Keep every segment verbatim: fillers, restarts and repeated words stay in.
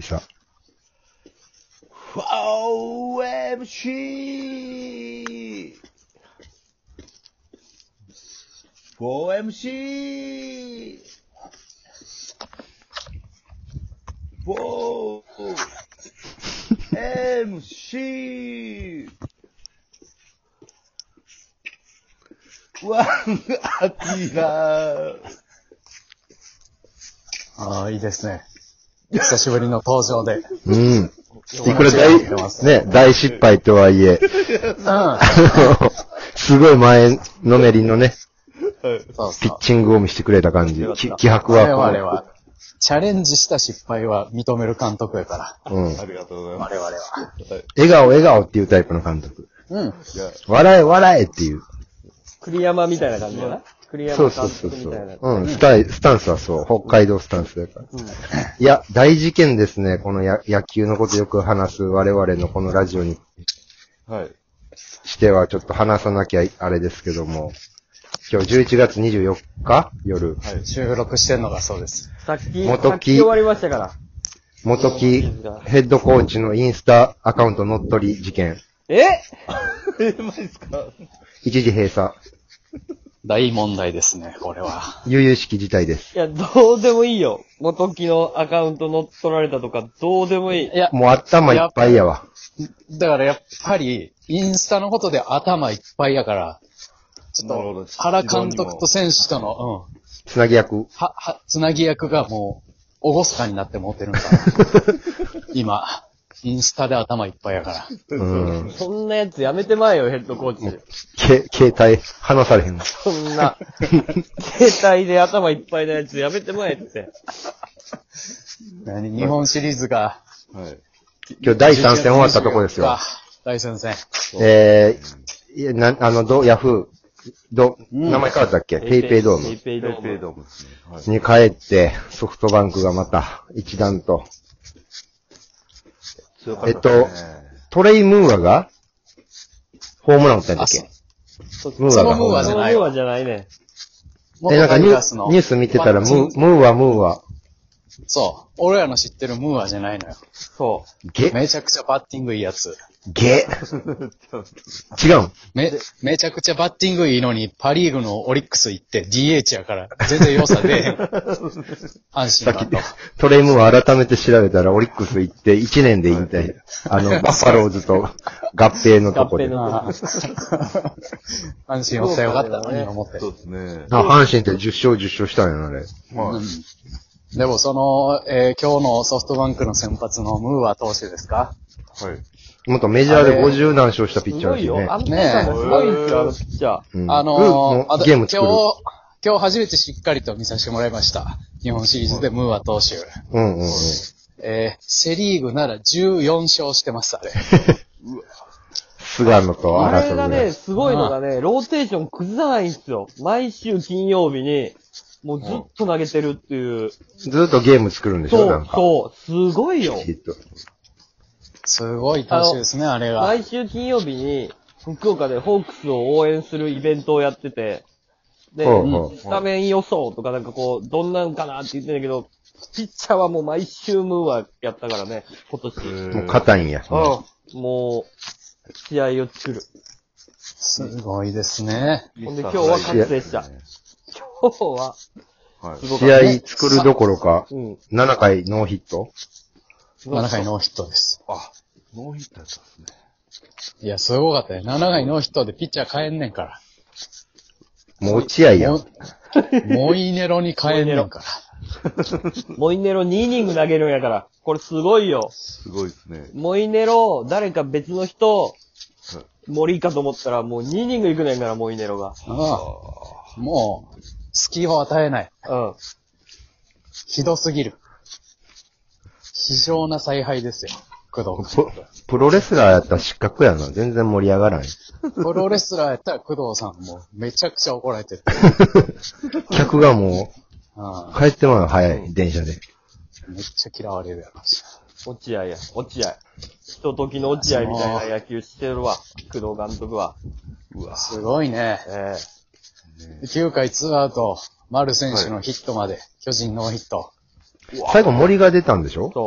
々。 フォーエムシー フォーエムシー フォーエムシー ワンアキラああ、いいですね。久しぶりの登場で。 うん。いくら大、ね、大失敗とはいえ、 うん。 すごい前のめりのね、 そうそう。 ピッチングを見せてくれた感じ。き気迫は。 我々は、チャレンジした失敗は認める監督やから。 うん。 ありがとうございます。 我々は。 笑顔、笑顔っていうタイプの監督。 うん。 笑え、笑えっていう。 栗山みたいな感じだな。栗山そう監そうそうそ督みたいな。 う。うん、スタイ、スタンスはそう。北海道スタンスだから。 うん。 いや、大事件ですね。このや野球のことよく話す我々のこのラジオにはい。 してはちょっと話さなきゃあれですけども。今日じゅういちがつにじゅうよっか夜。 はい。 収録してんのがそうです。 さっき、 元木さっき終わりましたから。 元木ヘッドコーチのインスタアカウント乗っ取り事件。 ええ、マジですか？ 一時閉鎖。 大問題ですね、これは。 悠々しき事態です。 いや、どうでもいいよ。元木のアカウント乗っ取られたとか、どうでもいい。 いや、 もう頭いっぱいやわ。 だからやっぱり、インスタのことで頭いっぱいやから、ちなるほどょっと、原監督と選手との、うん。 つなぎ役。 は、は、つなぎ役がもう、おごそかになって持ってるんだ。今、インスタで頭いっぱいやから。 うん。 そんなやつやめてまえよ、ヘッドコーチ。 け、携帯、離されへん。 そんな、携帯で頭いっぱいなやつやめてまえって。 何日本シリーズが、 はい。 今日だいさん戦終わったとこですよ。 だいさん戦。 えー、いや、な、あの、ど、ヤフー、ど、名前変わったっけ、ペイペイドーム。 ペイペイドーム。 ペイペイドームですね。はい。 に帰って、ソフトバンクがまた、一段と。 強かえっったですね。 と、トレイ・ムーアが、ホームラン打ったんだっけムーアがそのムーアじゃないわそのムーア。じゃないね。 え、なんかニュース、 元タイガースのニュース見てたら、ムー、ムーア、ムーア。 そう。俺らの知ってるムーアじゃないのよ。 そゲ、 めちゃくちゃバッティングいいやつ。 ゲ。違うん。 め、めちゃくちゃバッティングいいのに、パリーグのオリックス行って ディーエイチ やから、全然良さ出えへん。阪さっき神だと。、 トレイ・ムーア改めて調べたら、オリックス行っていちねんで引退。あの、バファローズと合併のとこで。 合併のああ阪神おったらよかったのに思って。 そうですね。 あ、阪神ってじゅっ勝じゅっ勝したんやな、あれ。 はい。 うんでもその、えー今日のソフトバンクの先発のムーア投手ですか？ はい。 もっとメジャーでごじゅう何勝したう。 ピッすごいよ。 チャーだしね。 安定感がすごいんですよ、あのピッチャー。 うんあのうんもうー、あとゲーム作る。 今日、今日初めてしっかりと見させてもらいました。日本シリーズでムーア投手。 うんうんうん。 えーセリーグならじゅうよん勝してます、あれ。 菅野とあ争うぐらいれがね、すごいのがね、ローテーション崩さないんですよ。毎週金曜日に、もうずっと投げてるっていう。 ずっとゲーム作るんでしょ、 そう、 なんか。 そう、すごいよ。 きっと。 すごい投手ですね、あれが。 毎週金曜日に、福岡でホークスを応援するイベントをやってて、で、 ほうほうスタメン予想とかなんかこう、どんなんかなって言ってんだけど、ピッチャーはもう毎週ムーアやったからね、今年。 もう硬いんや。 うん。もう、試合を作る。 すごいですね。 ほんで今日は勝つでした。今日は、 はい。 すごかった。 試合作るどころか、 うん。 ななかいノーヒットななかいノーヒットです。 あ、ノーヒットやったんですね。 いや、すごかったよ。ななかいノーヒットでピッチャー変えんねんから。 もう落ち合いやん。 もモイネロに変えんねんから。 モイネロにイニング投げるんやから。これすごいよ。 すごいですね。 モイネロ、誰か別の人、森かと思ったらもうにイニング行くねんから、モイネロが。 ああもう、隙を与えない。 うん。 ひどすぎる。非常な采配ですよ。工藤ププロレスラーやったら失格やな。全然盛り上がらん。 プロレスラーやったら工藤さんもめちゃくちゃ怒られてる。 客がもあう、帰ってまうの早い、電車で。 あめっちゃ嫌われるやろし。 落合や、落合。ひとときの落合みたいな野球してるわ。工藤監督は。 うわ。 すごいね。 えきゅうかいツーアウト、丸選手のヒットまで、巨人ノーヒット。 最後森が出たんでしょえそ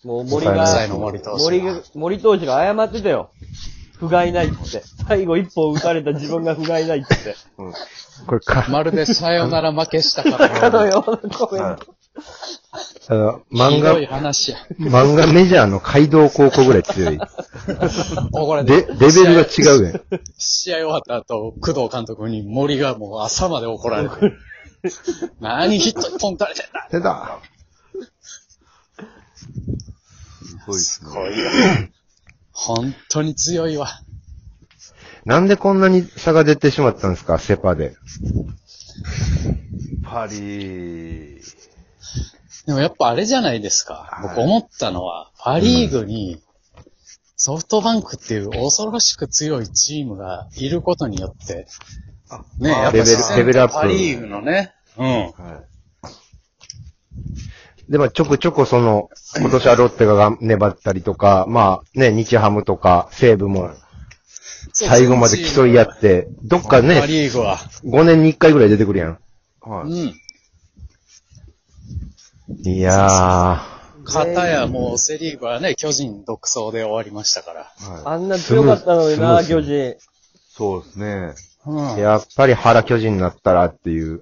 もう森抑えが、 の森投手森が、森投手が謝ってたよ。不甲斐ないっつって。最後一本打たれた自分が不甲斐ないっつって。 うん。これか、 まるでさよなら負けしたかあののよようなコメント。 あの、 うに。 漫画ひどい、話や。 漫画メジャーの街道高校ぐらい強い。 これで、レベルが違うやん。 試合終わった後、工藤監督に森がもう朝まで怒られて。何ヒット一本打たれてんだ。 出た。 すごいですね。 すごいよ。本当に強いわ。 なんでこんなに差が出てしまったんですか、セパで。 パリー。 でもやっぱあれじゃないですか。僕思ったのは、パリーグにソフトバンクっていう恐ろしく強いチームがいることによって、ね、やっぱレベル自レベルアップパリーグのね、うん。 はい。 で、まあ、ちょくちょくその、今年はロッテが粘ったりとか、まあ、ね、日ハムとか、西武も、最後まで競い合って、どっかパね、 リーグは。 ごねんにいっかいぐらい出てくるやん。 はい。 うん。 いや片やもうセリーグはね、巨人独走で終わりましたから。 はい。 あんな強かったのにな、 スムー巨人。 そうですね。 うんー、やっぱり原巨人になったらっていう。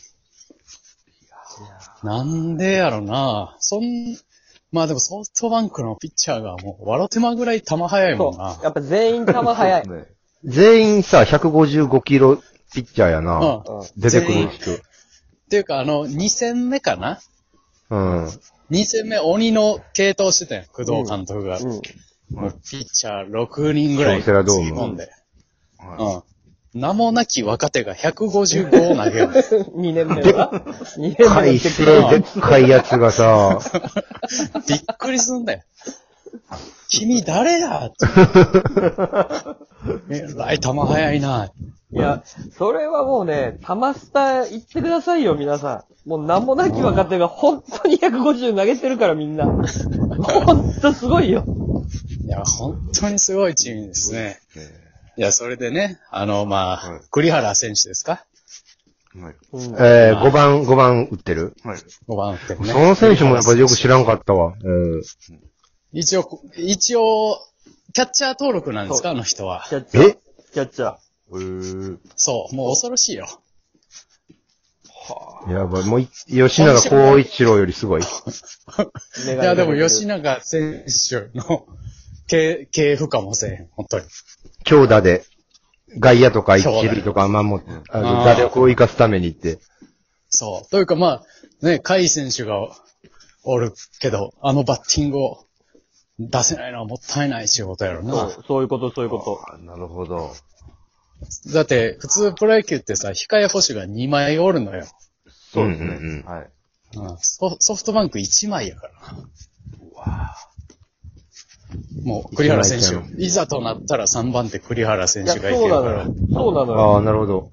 なんでやろな。そん、まあでもソフトバンクのピッチャーがもう、わろてまぐらい球速いもんな。 やっぱ全員球速い。 そうですね。 全員さ、ひゃくごじゅうごキロピッチャーやな。 うん。 出てくる人。 っていうかあの、に戦目かなうん。 に戦目鬼の系統してたよ、工藤監督が。 うん。 もうピッチャーろくにんぐらい京セラドームつぎ込んで。 はうん。名もなき若手がひゃくごじゅうごを投げる。 にねんめは ?に 年目海の星でっかいやつがさ、 びっくりすんだよ。君誰やって。えらい球速いな。 いや、それはもうね、タマスタ行ってくださいよ、皆さん。もう名もなき若手が本当にひゃくごじゅう投げてるからみんな。ほんとすごいよ。 いや、本当にすごいチームですね。 い。ねいや、それでね、あの、まあ、 はい栗原選手ですかはい。 うんえー、ごばん、ごばん打ってる。 はい。 ごばん打ってるね。 その選手もやっぱよく知らんかったわ。うん。 一応、一応、キャッチャー登録なんですかあの人は。 キャッチャー。 えキャッチャー。 えー。 そう、もう恐ろしいよ。 やばい。もうい、吉永光一郎よりすごい。 いや、でも吉永選手の系、系譜かもせえへん、本当に。 強打で、外野とか一塁とか守って、あの、 あー打力を生かすためにって。 そう。というかまあ、ね、甲斐選手がおるけど、あのバッティングを出せないのはもったいない仕事やろな。 そう、そういうこと、そういうこと。 あなるほど。 だって、普通プロ野球ってさ、控え捕手がにまいおるのよ。 そうですね。 うんうんうんはい。 うん、ソソフトバンクいちまいやから。もう、栗原選一枚ち手、いざとなったらさんばん手栗原選いや、 手がいそうなのけるから。 よ。そうなのああ、 よ。 なるほど。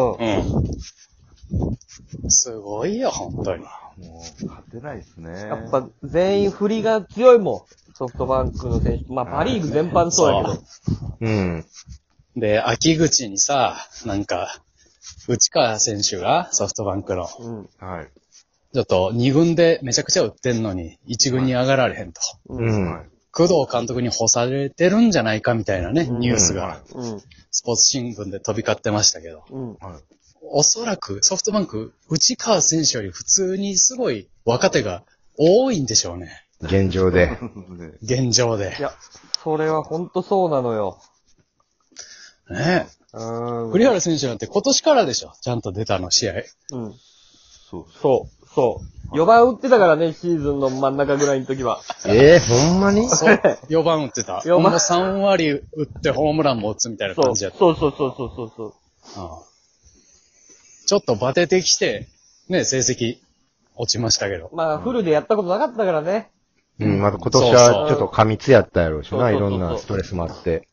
うん。 うん。すごいよ、本当に。 もう、勝てないですね。 やっぱ全員振りが強いもん。ソフトバンクの選手。まあパリーグ全般そうやけど。 うん。 で、秋口にさ、なんか、内川選手がソフトバンクの、 うん。 はい。 ちょっとに軍でめちゃくちゃ打ってんのに、いち軍に上がられへんと。 うん。 はい。 工藤監督に干されてるんじゃないかみたいなね、 うんニュースが、 うん。 スポーツ新聞で飛び交ってましたけど。 うん。 はい。 おそらくソフトバンク、内川選手より普通にすごい若手が多いんでしょうね。 現状で。 ね現状でい。や、それはほんとそうなのよ。 ねうーん。 栗原選手なんて今年からでしょ。ちゃんと出たの、試合。 うん。 そうそう、そう。よばん打ってたからね、シーズンの真ん中ぐらいの時は。 えー、ほんまにそう。よばん打ってた。 よばんほんまさん割打ってホームランも打つみたいなそう、 感じやった。 そうそうそうそうそうそう。 うんちょっとバテてきて、ね、成績落ちましたけど。 まあ、フルでやったことなかったからね。 うん、また今年そうはそうちょっと過密やったやろうしな、いそうそうそうそうろんなストレスもあって。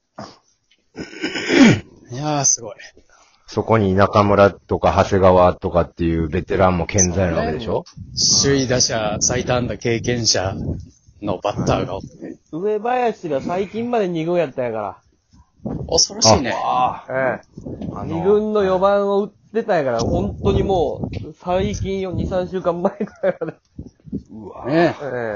いやー、すごい。 そこに中村とか長谷川とかっていうベテランも健在なわけでしょ首位打者、最多安打経験者のバッターがおって、 上林が最近までに軍やったんやか恐ろしいね。 あら。えあ。 え。 あのに軍のよばんを打ってたんやから、本当にもう、最近よ、に、さんしゅうかんまえくらいまで。 うわ。 ねえ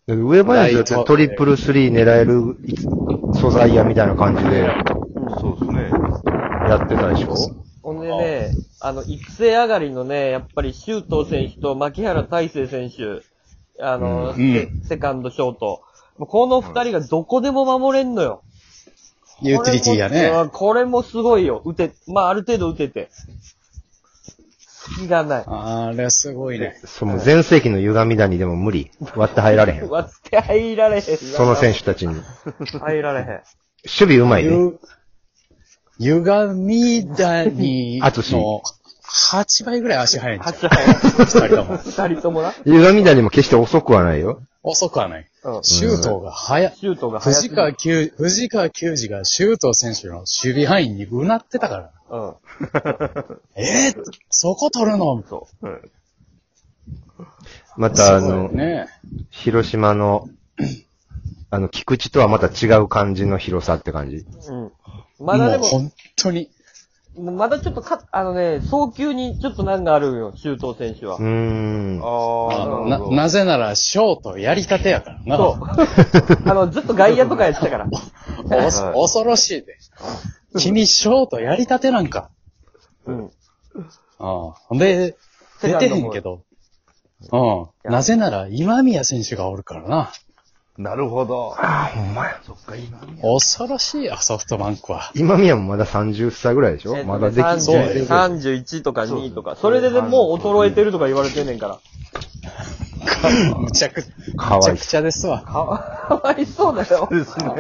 上林だってトリプルスリー狙える素材やみたいな感じでそうですね。 やってたでしょ。 ほんでね、あの、育成上がりのね、やっぱり周東選手と牧原大成選手、あの、 うんセセカンド、ショート。この二人がどこでも守れんのよ。 ユーティリティやね。 これもこれもすごいよ。打て、まあ、ある程度打てて。隙がない。 あれすごいね。 その前世紀の歪み谷でも無理。割って入られへん。 割って入られへん。 その選手たちに。 入られへん。 守備うまいね。 ゆ、歪み谷のはちばいぐらい足速いんじゃん。 足早い。 二人とも。 二人ともな。 歪み谷も決して遅くはないよ。 遅くはない。 うん。 シュートが速い。 シュートが速す藤ぎる。 川球、藤川球児がシュート選手の守備範囲にうなってたから。 うん。 えー、そこ取るのそう。うん。 またあすごいの、 ね。 広島の、あの、菊池とはまた違う感じの広さって感じ。 うん。まだでも、 もう本当に。 もうまだちょっとか、あのね、早急にちょっと難があるよ、周東選手は。 うーん。 ああ、 あのな、 なるほど。 なぜなら、ショートやりたてやからな。 そう。あの、ずっと外野とかやってたから。 おそ恐ろしいで。君、ショートやりたてなんか。 うん。 ああ。ほんで、出てへんけど。うん。なぜなら、今宮選手がおるからな。 なるほど。 ああ、ほんまや。 そっか、今宮。 恐ろしいや、ソフトバンクは。 今宮もまださんじゅっさいぐらいでしょ、 えっとねまだできそう全然さんじゅういちとかにとか。それでもう衰えてるとか言われてんねんから。 むちゃく、 かわいむちゃくちゃですわ。 かわかわいそうだよ。 ですね。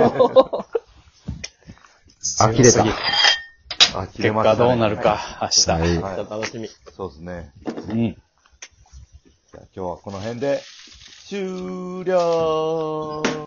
呆れた強すぎあ、切結れましたね果どうなるか、明日。 はい明日楽しみ。 そうですね。 うん。 じゃあ今日はこの辺で終了。